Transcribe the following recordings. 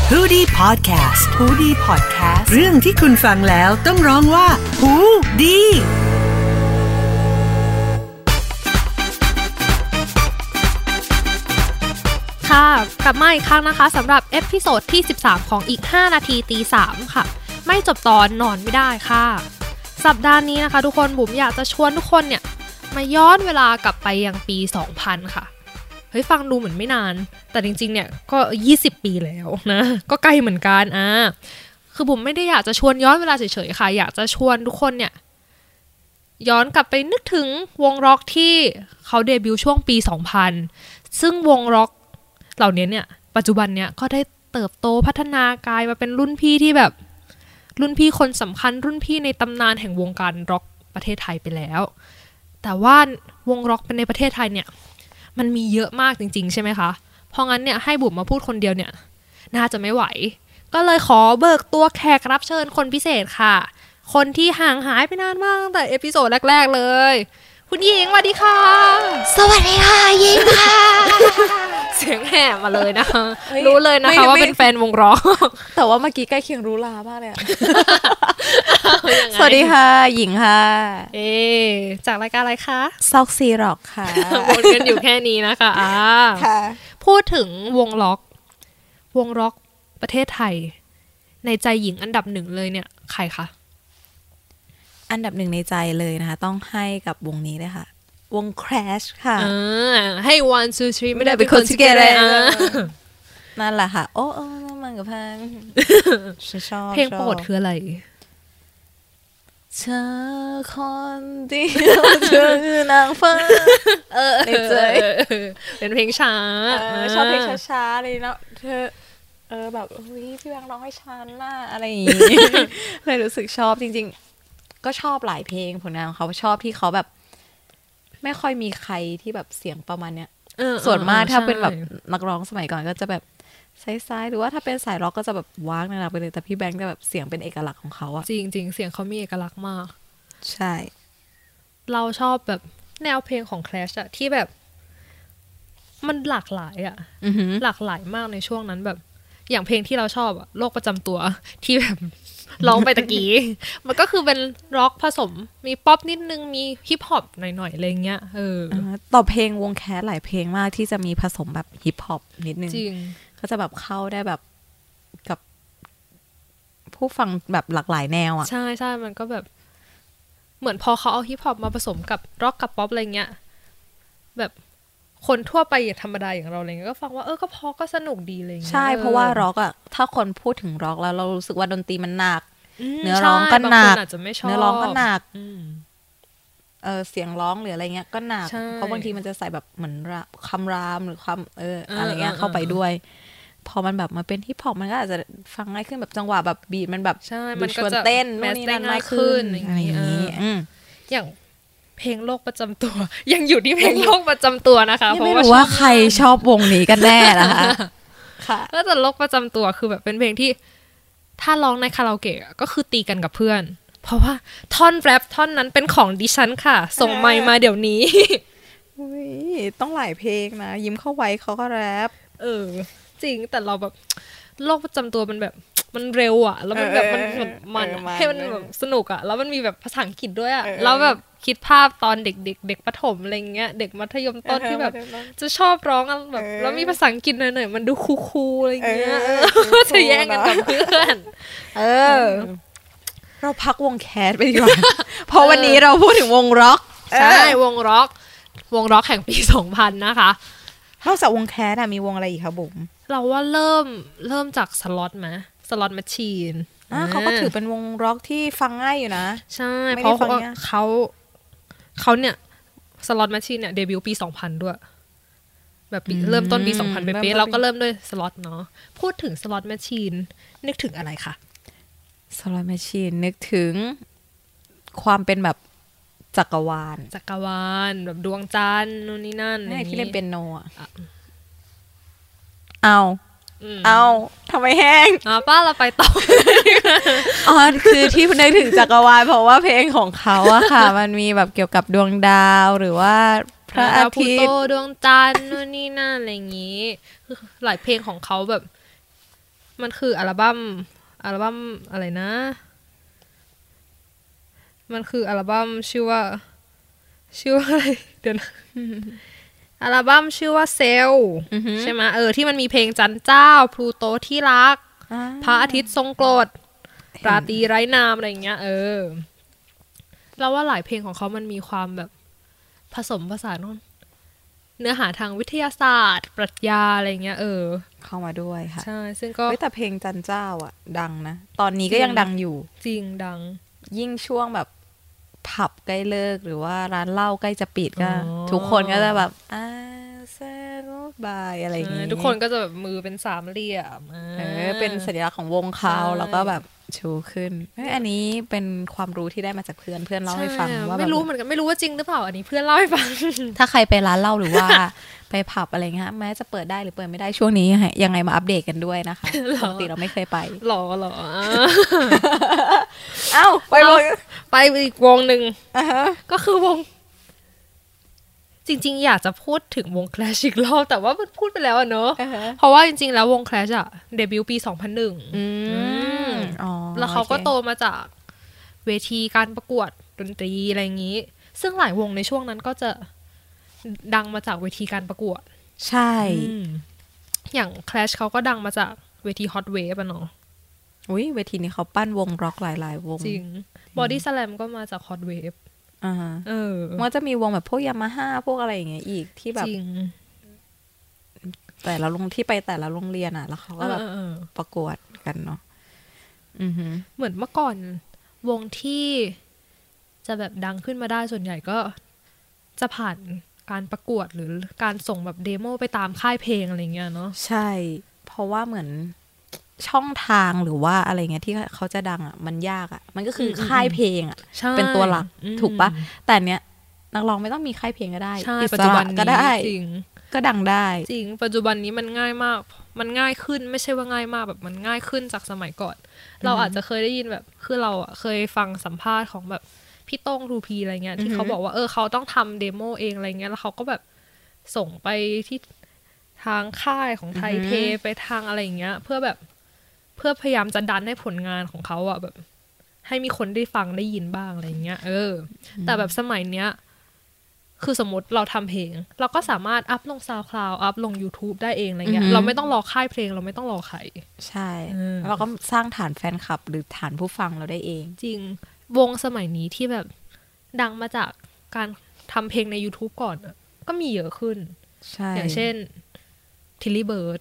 ฮูดี้พอดแคสต์ฮูดี้พอดแคสต์เรื่องที่คุณฟังแล้วต้องร้องว่าฮูดีค่ะกลับมาอีกครั้งนะคะสำหรับเอพิโซดที่13ของอีก5นาทีตี3ค่ะไม่จบตอนนอนไม่ได้ค่ะสัปดาห์นี้นะคะทุกคนบุ๋มอยากจะชวนทุกคนเนี่ยมาย้อนเวลากลับไปยังปี2000ค่ะเฮ้ยฟังดูเหมือนไม่นานแต่จริงๆเนี่ยก็20ปีแล้วนะก็ใกล้เหมือนกันคือบุ๋มไม่ได้อยากจะชวนย้อนเวลาเฉยๆค่ะอยากจะชวนทุกคนเนี่ยย้อนกลับไปนึกถึงวงร็อกที่เขาเดบิวต์ช่วงปี2000ซึ่งวงร็อกเหล่านี้เนี่ยปัจจุบันเนี่ยก็ได้เติบโตพัฒนากลายมาเป็นรุ่นพี่ที่แบบรุ่นพี่คนสำคัญรุ่นพี่ในตำนานแห่งวงการร็อกประเทศไทยไปแล้วแต่ว่าวงร็อกในประเทศไทยเนี่ยมันมีเยอะมากจริงๆใช่ไหมคะเพราะงั้นเนี่ยให้บุ๋มมาพูดคนเดียวเนี่ยน่าจะไม่ไหวก็เลยขอเบิกตัวแขกรับเชิญคนพิเศษค่ะคนที่ห่างหายไปนานมากตั้งแต่เอพิโซดแรกๆเลยคุณหญิงสวัสดีค่ะสวัสดีค่ะหญิงค่ะเสียงแหบมาเลยนะคะรู้เลยนะคะว่าเป็นแฟนวงร็อกแต่ว่าเมื่อกี้ใกล้เคียงรู้ลามากเลยสวัสดีค่ะหญิงค่ะจากรายการอะไรคะซอกซีร็อกค่ะวนกันอยู่แค่นี้นะคะค่ะพูดถึงวงร็อกประเทศไทยในใจหญิงอันดับหนึ่งเลยเนี่ยใครคะอันดับหนึ่งในใจเลยนะคะต้องให้กับวงนี้เลยค่ะวง Crash ค่ะให้ one two three ไม่ได้เป็นคนที่เกเรนั่นแหละค่ะโอ้มันกับพังชอบเพลงโปรดคืออะไรเธอคนเดียวเธอนางฟ้าในใจเป็นเพลงช้าชอบเพลงช้าๆเลยเนาะเธอแบบพี่แบงค์ร้องให้ฉันน่ะอะไรอย่างงี้เลยรู้สึกชอบจริงๆก็ชอบหลายเพลงผลงานของเขาชอบที่เขาแบบไม่ค่อยมีใครที่แบบเสียงประมาณเนี้ยส่วนมากถ้าเป็นแบบนักร้องสมัยก่อนก็จะแบบซ้ายๆหรือว่าถ้าเป็นสายร็อกก็จะแบบว้างหนักไปเลยแต่พี่แบงค์จะแบบเสียงเป็นเอกลักษณ์ของเขาอะจริงๆเสียงเขามีเอกลักษณ์มากใช่เราชอบแบบแนวเพลงของ Clash อะที่แบบมันหลากหลายอะหลากหลายมากในช่วงนั้นแบบอย่างเพลงที่เราชอบอะโรคประจำตัวที่แบบร้องไปตะกี้มันก็คือเป็นร็อกผสมมีป๊อปนิดนึงมีฮิปฮอปหน่อยๆอะไรเงี้ยต่อเพลงวงแคสหลายเพลงมากที่จะมีผสมแบบฮิปฮอปนิดนึงจริงก็จะแบบเข้าได้แบบกับผู้ฟังแบบหลากหลายแนวอ่ะใช่ใช่มันก็แบบเหมือนพอเขาเอาฮิปฮอปมาผสมกับร็อกกับป๊อปอะไรเงี้ยแบบคนทั่วไปธรรมดาอย่างเราอะไรเงี้ยก็ฟังว่าก็พอก็สนุกดีอะไรเงี้ยใช่เพราะว่าร็อกอ่ะถ้าคนพูดถึงร็อกแล้วเรารู้สึกว่าดนตรีมันหนักเนื้อร้องก็หนักเนื้อร้องก็หนักเสียงร้องหรืออะไรเงี้ยก็หนักเพราะบางทีมันจะใส่แบบเหมือนคำรามหรือความอะไรเงี้ยเข้าไปด้วยพอมันแบบมาเป็นฮิปฮอปมันก็อาจจะฟังง่ายขึ้นแบบจังหวะแบบบีทมันแบบมันชวนเต้นนู่นนี่นั่นมากขึ้นอะไรอย่างนี้อย่างเพลงโรคประจำตัวยังอยู่ที่เพลงโรคประจำตัวนะคะเพราะว่าใครชอบวงนี้กันแน่นะคะค่ะก็แต่โรคประจำตัวคือแบบเป็นเพลงที่ถ้าร้องในคาราโอเกะก็คือตีกันกับเพื่อนเพราะว่าท่อนแรปท่อนนั้นเป็นของดิฉันค่ะส่งไมค์มาเดี๋ยวนี้ต้องหลายเพลงนะยิ้มเข้าไว้เขาก็แรปจริงแต่เราแบบโรคประจำตัวมันแบบมันเร็วอ่ะแล้วมันแบบมันให้มันแบบสนุกอ่ะแล้วมันมีแบบภาษาอังกฤษด้วยอ่ะแล้วแบบคิดภาพตอนเด็กเด็กประถมอะไรเงี้ยเด็กมัธยมต้นที่แบบจะชอบร้องแบบแล้วมีภาษาอังกฤษหน่อยๆมันดูคูลๆอะไรเงี้ยจะแย่งกันกับเพื่อนเราพักวงแคสไปดีกว่าเพราะวันนี้เราพูดถึงวงร็อกใช่วงร็อกแห่งปี2000นะคะนอกจากวงแคสมีวงอะไรอีกคะบุ๋มเราว่าเริ่มจากสล็อตไหมสล็อตแมชชีนเขาก็ถือเป็นวงร็อกที่ฟังง่ายอยู่นะใช่เพราะเขาเนี่ยสล็อตแมชชีนเนี่ยเดบิวต์ปี2000ด้วยแบบเริ่มต้นปี2000เป๊ะๆเราก็เริ่มด้วยสล็อตเนาะพูดถึงสล็อตแมชชีนนึกถึงอะไรคะสล็อตแมชชีนนึกถึงความเป็นแบบจักรวาลแบบดวงจันทร์นู่นนี่นั่นอะไรที่เล่นเปียโนอ่ะเอาทำไมแห้งป้าเราไปต่อคือที่นึกถึงจักรวาลเพราะว่าเพลงของเขาอะค่ะมันมีแบบเกี่ยวกับดวงดาวหรือว่าพระอาทิตย์ดวงจันทร์นู่นนี่นั่นอะไรอย่างงี้หลายเพลงของเขาแบบมันคืออัลบั้มอะไรนะมันคืออัลบั้มชื่อว่าอะไรเดี๋ยวนะอัลบั้มชื่อว่าเซลใช่ไหมที่มันมีเพลงจันเจ้าพลูโตที่รักพระอาทิตย์ทรงกรดราตรีไร้นามอะไรอย่างเงี้ยเราว่าหลายเพลงของเขามันมีความแบบผสมผสานเนื้อหาทางวิทยาศาสตร์ปรัชญาอะไรเงี้ยเข้ามาด้วยค่ะใช่ซึ่งก็แต่เพลงจันเจ้าอ่ะดังนะตอนนี้ก็ยังดังอยู่จริงดังยิ่งช่วงแบบผับใกล้เลิกหรือว่าร้านเหล้าใกล้จะปิดก็ทุกคนก็จะแบบเซโรบายอะไรอย่างเงี้ยทุกคนก็จะแบบมือเป็นสามเหลี่ยมเป็นสัญลักษณ์ของวงเขาแล้วก็แบบชูขึ้นอันนี้เป็นความรู้ที่ได้มาจากเพื่อนเล่าให้ฟังว่าไม่รู้เหมือนกันไม่รู้ว่าจริงหรือเปล่าอันนี้เพื่อนเล่าให้ฟังถ้าใครไปร้านเหล้าหรือว่าไปผับอะไรเงี้ยแม้จะเปิดได้หรือเปิดไม่ได้ช่วงนี้ยังไงมาอัปเดตกันด้วยนะคะปกติเราไม่เคยไปหรอเอ้าไปอีกวงหนึ่งก็คือวงจริงๆอยากจะพูดถึงวง Clash อีกรอบแต่ว่ามันพูดไปแล้วเนอะเพราะว่าจริงๆแล้ววง Clash อะเดบิวต์ปี 2001แล้วเขาก็โตมาจากเวทีการประกวดดนตรีอะไรอย่างนี้ซึ่งหลายวงในช่วงนั้นก็จะดังมาจากเวทีการประกวดใช่อย่าง Clash เขาก็ดังมาจากเวที Hot Wave อะเนาะเวทีนี้เขาปั้นวงร็อกหลายๆวงจริง Body Slam ก็มาจาก Hot Wave มันจะมีวงแบบพวกยามาฮ่าพวกอะไรอย่างเงี้ยอีกที่แบบแต่ละที่ไปแต่ละโรงเรียนอ่ะแล้วเขาก็แบบประกวดกันเนาะเหมือนเมื่อก่อนวงที่จะแบบดังขึ้นมาได้ส่วนใหญ่ก็จะผ่านการประกวดหรือการส่งแบบเดโมไปตามค่ายเพลงอะไรเงี้ยเนาะใช่เพราะว่าเหมือนช่องทางหรือว่าอะไรเงี้ยที่เขาจะดังอ่ะมันยากอ่ะมันก็คือค่ายเพลงอ่ะเป็นตัวหลักถูกปะแต่เนี้ยนักร้องไม่ต้องมีค่ายเพลงก็ได้อิสระก็ได้ก็ดังได้จริงปัจจุบันนี้มันง่ายมากมันง่ายขึ้นไม่ใช่ว่าง่ายมากแบบมันง่ายขึ้นจากสมัยก่อนเราอาจจะเคยได้ยินแบบคือเราอ่ะเคยฟังสัมภาษณ์ของแบบพี่โต้งทูพีอะไรเงี้ยที่เขาบอกว่าเขาต้องทำเดโมเองอะไรเงี้ยแล้วเขาก็แบบส่งไปที่ทางค่ายของไทยเทไปทางอะไรเงี้ยเพื่อพยายามจะดันให้ผลงานของเขาอ่ะแบบให้มีคนได้ฟังได้ยินบ้างอะไรเงี้ยแต่แบบสมัยเนี้ยคือสมมติเราทำเพลงเราก็สามารถอัพลง SoundCloud อัพลง YouTube ได้เองอะไรเงี้ยเราไม่ต้องรอค่ายเพลงเราไม่ต้องรอใครใช่เราก็สร้างฐานแฟนคลับหรือฐานผู้ฟังเราได้เองจริงวงสมัยนี้ที่แบบดังมาจากการทำเพลงใน YouTube ก่อนก็มีเยอะขึ้นอย่างเช่น Tilly Bird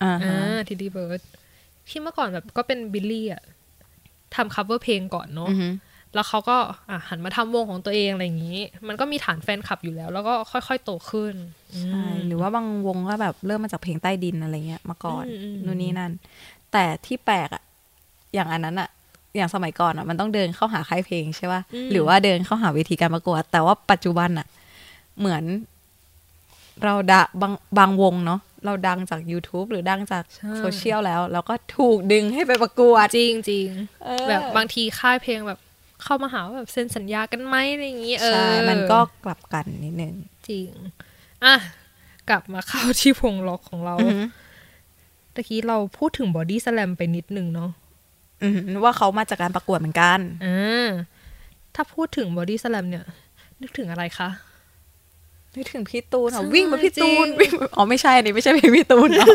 Tilly Bird ที่เมื่อก่อนแบบก็เป็นบิลลี่อะทำ cover เพลงก่อนเนาะแล้วเขาก็หันมาทำวงของตัวเองอะไรอย่างนี้มันก็มีฐานแฟนคลับอยู่แล้วแล้วก็ค่อยๆโตขึ้นใช่หรือว่าบางวงก็แบบเริ่มมาจากเพลงใต้ดินอะไรเงี้ยมาก่อนนู่นนี่นั่นแต่ที่แปลกอะอย่างอันนั้นอะอย่างสมัยก่อนอะมันต้องเดินเข้าหาค่ายเพลงใช่ป่ะหรือว่าเดินเข้าหาเวทีการประกวดแต่ว่าปัจจุบันอะเหมือนเราบางวงเนาะเราดังจาก YouTube หรือดังจากโซเชียลแล้วก็ถูกดึงให้ไปประกวดจริงๆแบบบางทีค่ายเพลงแบบเข้ามาหาแบบเซ็นสัญญากันไหมอะไรอย่างนี้ใช่มันก็กลับกันนิดนึงจริงกลับมาเข้าที่วงล็อกของเราตะกี้เราพูดถึง Body Slam ไปนิดนึงเนาะว่าเขามาจากการประกวดเหมือนกันถ้าพูดถึง Body Slam เนี่ยนึกถึงอะไรคะนึกถึงพี่ตูนวิ่งมาพี่ตูนวิ่งไม่ใช่อันนี้ไม่ใช่เพลงพี่ตูนเนาะ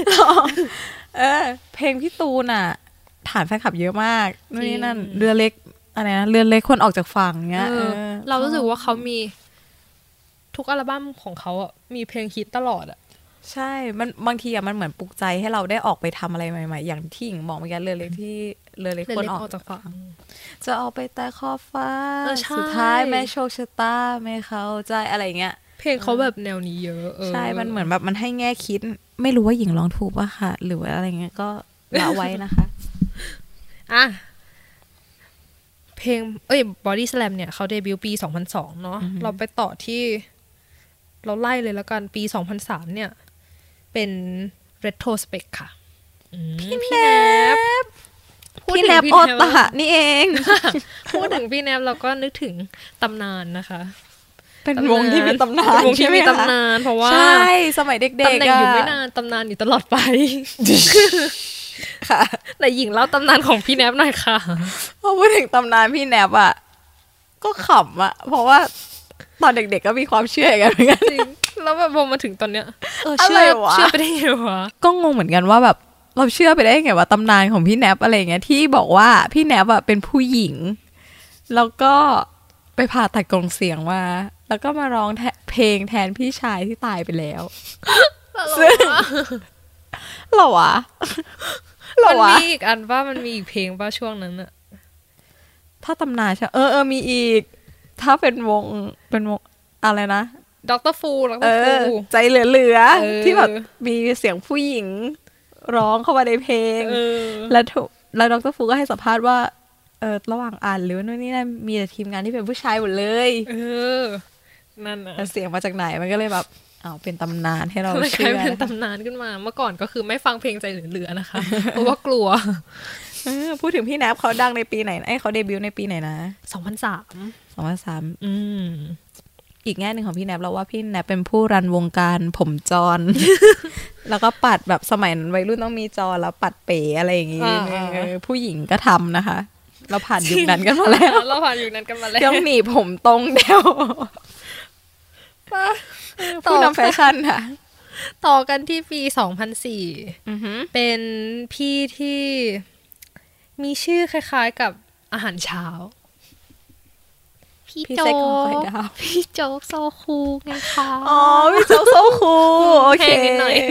เพลงพี่ตูนอ่ะฐานแฟนคลับเยอะมากนี่นั่นเรือเล็กอะไรนะเรือเล็กคนออกจากฝั่งเงี้ยเรารู้สึกว่าเขามีทุกอัลบั้มของเขาอ่ะมีเพลงฮิตตลอดอ่ะใช่มันบางทีอ่ะมันเหมือนปลุกใจให้เราได้ออกไปทำอะไรใหม่ๆอย่างที่หญิงบอกเมื่อกี้เรือเล็กที่เรือเล็กคนออกจากฝั่งจะออกไปแต่ขอบฟ้าสุดท้ายแม่โชคชะตาไม่เข้าใจอะไรเงี้ยเพลงเขาแบบแนวนี้เยอะใช่มันเหมือนแบบมันให้แง่คิดไม่รู้ว่าหญิงร้องถูกป่ะค่ะหรือว่าอะไรเงี้ยก็ละไว้นะคะเพลงBody Slam เนี่ยเขาเดบิวต์ปี 2002 เนาะเราไปต่อที่เราไล่เลยแล้วกันปี 2003 เนี่ยเป็น Retrospect ค่ะพี่แนบโอตะนี่เองพูดถึงพี่แนบเราก็นึกถึงตำนานนะคะเป็นวงที่มีตำนานวงที่มีตำนานเพราะว่าใช่สมัยเด็กๆตำแหน่งอยู่ไม่นานตำนานอยู่ตลอดไปค่ะแต่หญิงเล่าตำนานของพี่แนบหน่อยค่ะพอพูดถึงตำนานพี่แนบอ่ะก็ขำอ่ะเพราะว่าตอนเด็กๆก็มีความเชื่อกันเหมือนกันจริงแล้วแบบพอมาถึงตอนเนี้ยเชื่อไปได้ไงวะก็งงเหมือนกันว่าแบบเราเชื่อไปได้ไงว่าตำนานของพี่แนบอะไรเงี้ยที่บอกว่าพี่แนบอ่ะเป็นผู้หญิงแล้วก็ไปผ่าตัดกรงเสียงมาแล้วก็มาร้องเพลงแทนพี่ชายที่ตายไปแล้วซึ่งหรอวะมันมีอีกอันป่ะมันมีอีกเพลงป่ะช่วงนั้นอะถ้าตำนานใช่มีอีกถ้าเป็นวงอะไรนะด็อกเตอร์ฟูใจเหลือๆที่แบบมีเสียงผู้หญิงร้องเข้ามาในเพลงแล้วด็อกเตอร์ฟูก็ให้สัมภาษณ์ว่าระหว่างอ่านหรือว่านู่นนี่นั่นมีแต่ทีมงานที่เป็นผู้ชายหมดเลยนั่นน่ะเสียงมาจากไหนมันก็เลยแบบเป็นตำนานให้เราเชื่อเป็นตำนานขึ้นมาเมื่อก่อนก็คือไม่ฟังเพลงใจเหลือๆนะคะเพราะว่ากลัวพูดถึงพี่แนบเขาดังในปีไหนเขาเดบิวต์ในปีไหนนะ 2003 อีกแง่หนึ่งของพี่แนบเราว่าพี่แนบเป็นผู้รันวงการผมจร แล้วก็ปัดแบบสมัยวัยรุ่นต้องมีจรแล้วปัดเป๋อะไรอย่างงี้ผู้หญิงก็ทำนะคะเราผ่านยุคนั้นกันมาแล้วต้องหนีผมตรงเดียวผู้นำแฟชั่นค่ะต่อกันที่ปี2004เป็นพี่ที่มีชื่อคล้ายๆกับอาหารเช้าพี่โจ๊กโซคูไงคะพี่โจ๊กโซคูโอเคหน่อย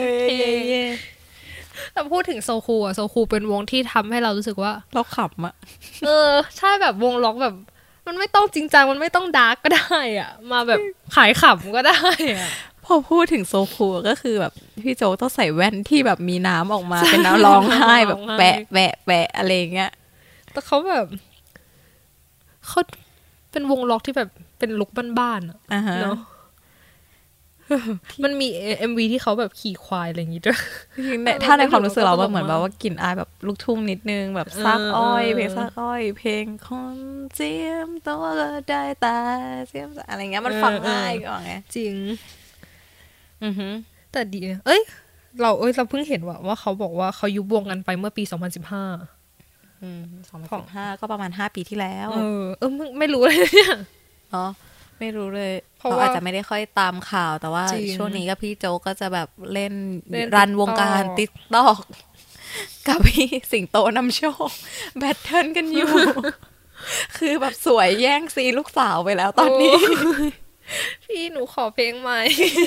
แต่พูดถึงโซคูโซคูเป็นวงที่ทำให้เรารู้สึกว่าเราขำอ่ะใช่แบบวงล็อกแบบมันไม่ต้องจริงจังมันไม่ต้องดาร์กก็ได้อ่ะมาแบบขายขำก็ได้อ่ะพอพูดถึงโซคูก็คือแบบพี่โจ๊กต้องใส่แว่นที่แบบมีน้ำออกมาเป็นน้ำร้องไห้แบบแปะอะไรเงี้ยแต่เขาแบบเขาเป็นวงล็อกที่แบบเป็นลุคบ้านๆเนาะมันมี MV ที่เขาแบบขี่ควายอะไรอย่างงี้ด้วยถ้าในความรู้สึกเราว่าเหมือนแบบว่ากลิ่นอายแบบลูกทุ่งนิดนึงแบบซากอ้อยเพลงซากอ้อยเพลงคนเจียมตัวก็ได้ตาเจียมอะไรเงี้ยมันฟังง่ายก่อนไงจริงแต่ดีเราเพิ่งเห็นว่าเขาบอกว่าเขายุบวงกันไปเมื่อปี 2015ก็ประมาณ5ปีที่แล้วไม่รู้เลยเนี่ยไม่รู้เลยเพราะอาจจะไม่ได้ค่อยตามข่าวแต่ว่าช่วงนี้ก็พี่โจ๊กก็จะแบบเล่นรันวงการTikTok กับพี่สิงโตนำโชคแบทเทิลกันอยู่คือแบบสวยแย่งซีลูกสาวไปแล้วตอนนี้พี่หนูขอเพลงใหม่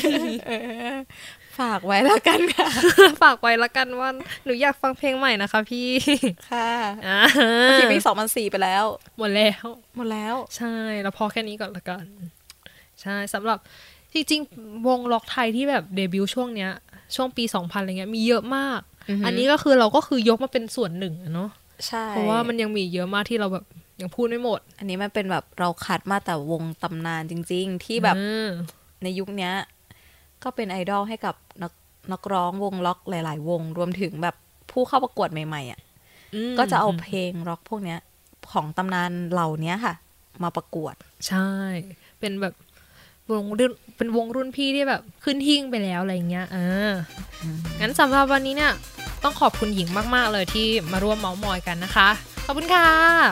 ฝากไว้แล้วกันค่ะฝากไว้แล้วกันว่าหนูอยากฟังเพลงใหม่นะคะพี่ค่ะปี2004ไปแล้วหมดแล้วใช่แล้วพอแค่นี้ก่อนละกันใช่สำหรับจริงๆวงล็อกไทยที่แบบเดบิวต์ช่วงเนี้ยช่วงปี2000อะไรเงี้ยมีเยอะมากอันนี้ก็คือเราก็คือยกมาเป็นส่วนหนึ่งเนาะใช่เพราะว่ามันยังมีเยอะมากที่เราแบบยังพูดไม่หมดอันนี้มันเป็นแบบเราคัดมาแต่วงตำนานจริงๆที่แบบในยุคเนี้ยก็เป็นไอดอลให้กับนักร้องวงล็อกหลายๆวงรวมถึงแบบผู้เข้าประกวดใหม่ๆอ่ะก็จะเอาเพลงล็อกพวกเนี้ยของตำนานเหล่านี้ค่ะมาประกวดใช่เป็นแบบเป็นวงรุ่นพี่ที่แบบขึ้นหิ้งไปแล้วอะไรเงี้ยงั้นสำหรับวันนี้เนี่ยต้องขอบคุณหญิงมากๆเลยที่มาร่วมเม้ามอยกันนะคะขอบคุณค่ะ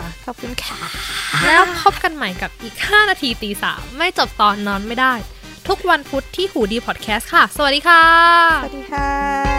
แล้วพบกันใหม่กับอีก5 นาทีตี 3ไม่จบตอนนอนไม่ได้ทุกวันพุธที่หูดีพอดแคสต์ค่ะสวัสดีค่ะสวัสดีค่ะ